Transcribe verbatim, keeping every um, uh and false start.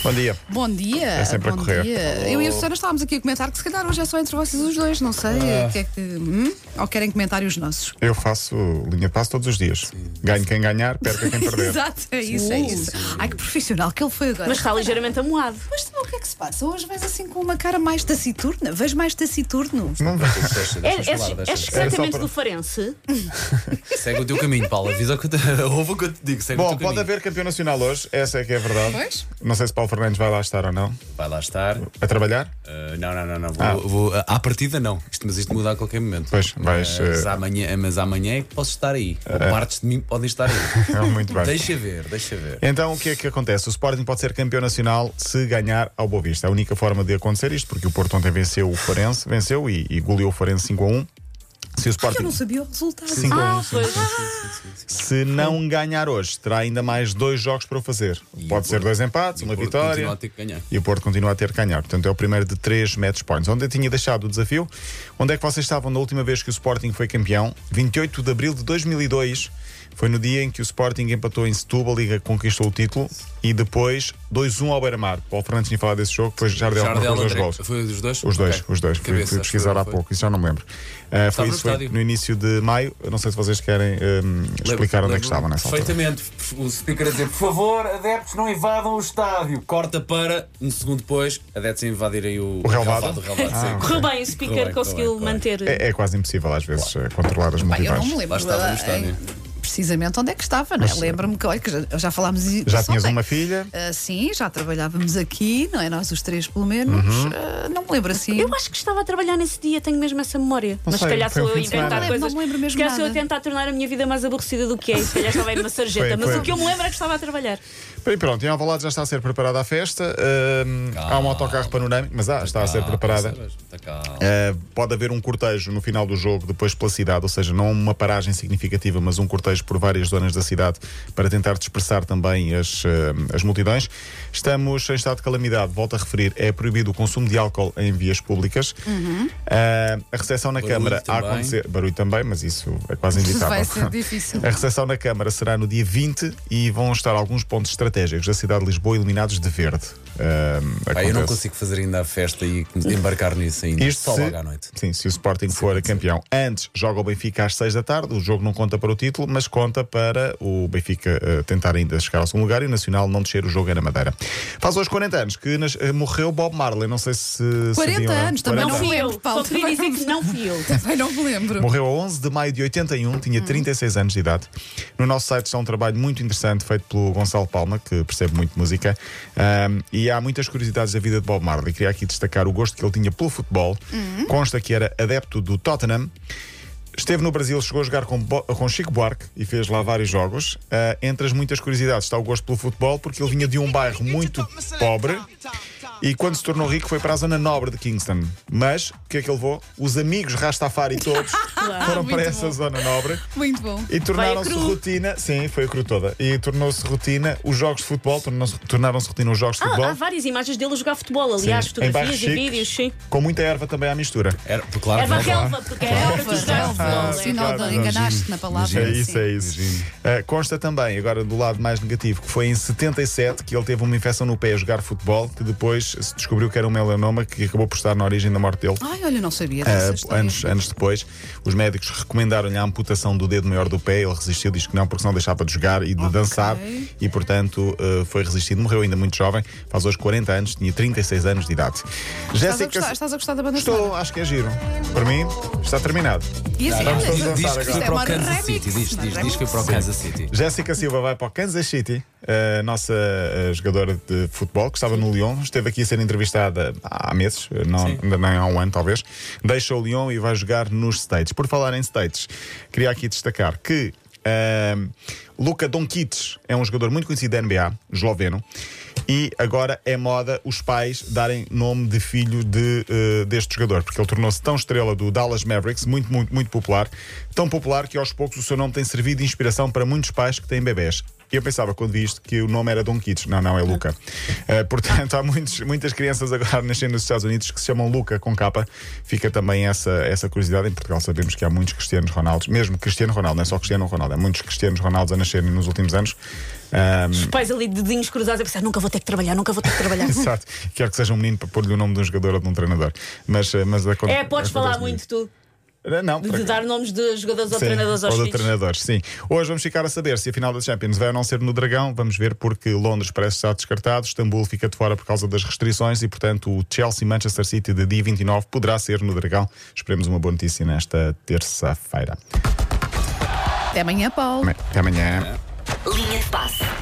Bom dia. Bom dia. É sempre bom a correr. Dia. Eu e a Susana estávamos aqui a comentar que se calhar hoje é só entre vocês os dois, não sei. Ah. Que é que, hum? Ou querem comentários nossos? Eu faço linha de passo todos os dias. Sim. Ganho quem ganhar, perca quem perder. Exato, é isso, é isso. Ai, que profissional que ele foi agora. Mas está ligeiramente amoado. Mas tu, o que é que se passa? Hoje vais assim com uma cara mais taciturna? Vejo mais taciturno. Não vai. És é, é secretamente para... do Farense? Segue o teu caminho, Paulo. Avisa o que eu te... ouve o que eu te digo. Segue Bom, o teu pode caminho. haver campeão nacional hoje, essa é que é a verdade. Pois? Não sei se Paulo Fernandes vai lá estar ou não. Vai lá estar. A trabalhar? Uh, não, não, não, não. Vou, Ah. vou, à partida não. Isto, mas isto muda a qualquer momento. Pois, vais. Mas, uh, amanhã, mas amanhã é que posso estar aí. Ou partes de mim podem estar aí. é muito bem. Deixa ver, deixa ver. Então o que é que acontece? O Sporting pode ser campeão nacional se ganhar ao Boa Vista. É a única forma de acontecer isto, porque o Porto ontem venceu o Farense, venceu e, e goleou o Farense cinco a um. Se o Ai, Sporting eu não sabia o resultado. cinco a um, Ah, pois. se não ganhar hoje, terá ainda mais dois jogos para fazer. E Pode o ser Porto- dois empates, E o uma Porto vitória. continua a ter que ganhar. E o Porto continua a ter que ganhar. Portanto, é o primeiro de três match points. Onde eu tinha deixado o desafio? Onde é que vocês estavam na última vez que o Sporting foi campeão? vinte e oito de abril de dois mil e dois. Foi no dia em que o Sporting empatou em Setúbal e conquistou o título. E depois dois a um ao Beira-Mar. Paulo Fernandes tinha falado desse jogo, depois Jardel marcou os dois André, gols. foi dos dois? Os dois, Ok. os dois. Fui, Cabeça, fui pesquisar há foi. pouco, isso já não me lembro. Uh, foi no isso foi estádio. no início de maio. Eu não sei se vocês querem um, explicar onde é que estavam nessa altura. Perfeitamente. O speaker a dizer: por favor, adeptos, não invadam o estádio. Corta para, um segundo depois, adeptos a invadirem o, O relvado? o relvado, Ah, sim. ok. Correu bem, o speaker Correu bem, conseguiu correu bem, correu manter. É, é quase impossível às vezes uh, controlar as Bem, eu multidões. não me lembro Lá estava no estádio. eh, precisamente onde é que estava, não é? Mas, Lembro-me que, olha, que já, já falámos disso Já tinhas ontem. uma filha? Ah, sim, já trabalhávamos aqui, não é? Nós os três, pelo menos. Uhum. Ah, não me lembro assim. Eu acho que estava a trabalhar nesse dia, tenho mesmo essa memória. Mas sei, se calhar foi um sou eu a fim de semana. inventar Não me lembro, coisas. não me lembro mesmo Se calhar sou eu a nada. tentar tornar a minha vida mais aborrecida do que é. E se calhar estava aí numa sarjeta. Foi, Mas foi. o que eu me lembro é que estava a trabalhar. Bem, pronto, em Alvalade já está a ser preparada a festa. Um, há um autocarro panorâmico, mas ah, está a ser preparada. Uh, pode haver um cortejo no final do jogo, depois pela cidade, ou seja, não uma paragem significativa, mas um cortejo por várias zonas da cidade para tentar dispersar também as, uh, as multidões. Estamos em estado de calamidade, volto a referir, é proibido o consumo de álcool em vias públicas. Uhum. Uh, a recepção na Barulho Câmara a também. acontecer. Barulho também, mas isso é quase Isso inevitável. vai ser difícil. A recepção na Câmara será no dia vinte e vão estar alguns pontos estratégicos da cidade de Lisboa iluminados de verde. Um, Pá, eu não acontece. consigo fazer ainda a festa e embarcar nisso ainda. Isto Só se, logo à noite. sim, se o Sporting for campeão. Antes joga o Benfica às seis da tarde. O jogo não conta para o título, mas conta para o Benfica uh, tentar ainda chegar ao segundo lugar e o Nacional não descer. O jogo é na Madeira. Faz hoje quarenta anos que nas, uh, morreu Bob Marley. Não sei se. quarenta sabiam, anos, também Não não me fui eu. lembro, Paulo. Só queria dizer que não fui eu. Também não me lembro. Morreu a onze de maio de oitenta e um, tinha trinta e seis anos de idade. No nosso site está um trabalho muito interessante feito pelo Gonçalo Palma, que percebe muito música, um, e há muitas curiosidades da vida de Bob Marley. Queria aqui destacar o gosto que ele tinha pelo futebol. Consta que era adepto do Tottenham. Esteve no Brasil, chegou a jogar com, Bo- com Chico Buarque e fez lá vários jogos. Uh, entre as muitas curiosidades está o gosto pelo futebol, porque ele vinha de um bairro muito pobre e quando se tornou rico foi para a zona nobre de Kingston. Mas o que é que ele levou? Os amigos Rastafari todos foram muito para essa bom. zona nobre Muito bom. e tornaram-se cru. rotina. Sim, foi a cru toda. E tornou-se rotina os jogos de futebol, tornou-se- tornaram-se rotina os jogos de futebol. Ah, há várias imagens dele a jogar futebol, aliás, Sim, em bairros fotografias e chiques, vídeos, sim. com muita erva também à mistura. Era, porque, claro, Erva não, relva, porque é erva para jogar futebol. Ah, é. sim, não, claro. enganaste na palavra. É isso, sim. é isso. Uh, consta também, agora do lado mais negativo, que foi em setenta e sete que ele teve uma infecção no pé a jogar futebol, que depois se descobriu que era um melanoma que acabou por estar na origem da morte dele. Ai, olha, não sabia dessa Uh, história. anos, anos depois, os médicos recomendaram-lhe a amputação do dedo maior do pé. Ele resistiu, disse que não, porque senão deixava de jogar e de dançar, e portanto uh, foi resistido. Morreu ainda muito jovem, faz hoje quarenta anos, tinha trinta e seis anos de idade. Estás a, Jéssica, gostar, estás a gostar da banda sonora? estou, acho que é giro. Para mim, está terminado. E assim, Vamos todos olha, dançar Diz que agora. foi Isto é para o uma Kansas remix, City. Diz, uma diz, diz que foi para o remix. Kansas City. Jéssica Silva vai para o Kansas City, a nossa uh, jogadora de futebol, que estava no Lyon, esteve aqui a ser entrevistada há meses, não, ainda nem há um ano talvez. Deixa o Lyon e vai jogar nos States. Por falar em States, queria aqui destacar que uh, Luka Doncic é um jogador muito conhecido da N B A, esloveno, e agora é moda os pais darem nome de filho de, uh, deste jogador, porque ele tornou-se tão estrela do Dallas Mavericks, muito, muito, muito popular, tão popular que aos poucos o seu nome tem servido de inspiração para muitos pais que têm bebés. E eu pensava, quando vi isto, que o nome era Don Kids. Não, não, é Luca. Uh, portanto, há muitos, muitas crianças agora nascendo nos Estados Unidos que se chamam Luca com capa. Fica também essa, essa curiosidade. Em Portugal sabemos que há muitos Cristianos Ronaldos, mesmo Cristiano Ronaldo, não é só Cristiano Ronaldo, há muitos Cristianos Ronaldos a nascerem nos últimos anos. Um, Os pais ali, dedinhos cruzados, a pensar: nunca vou ter que trabalhar, nunca vou ter que trabalhar. Exato. Quero que seja um menino para pôr-lhe o nome de um jogador ou de um treinador. Mas, mas a, É, podes a, falar muito tu. Não, De, para- de dar nomes de jogadores ou Sim, treinadores aos ou de filhos. treinadores, sim. Hoje vamos ficar a saber se a final da Champions vai ou não ser no Dragão. Vamos ver, porque Londres parece estar descartado, Istambul fica de fora por causa das restrições e, portanto, o Chelsea-Manchester City de dia vinte e nove poderá ser no Dragão. Esperemos uma boa notícia nesta terça-feira. Até amanhã, Paulo. Até amanhã. Linha de passe.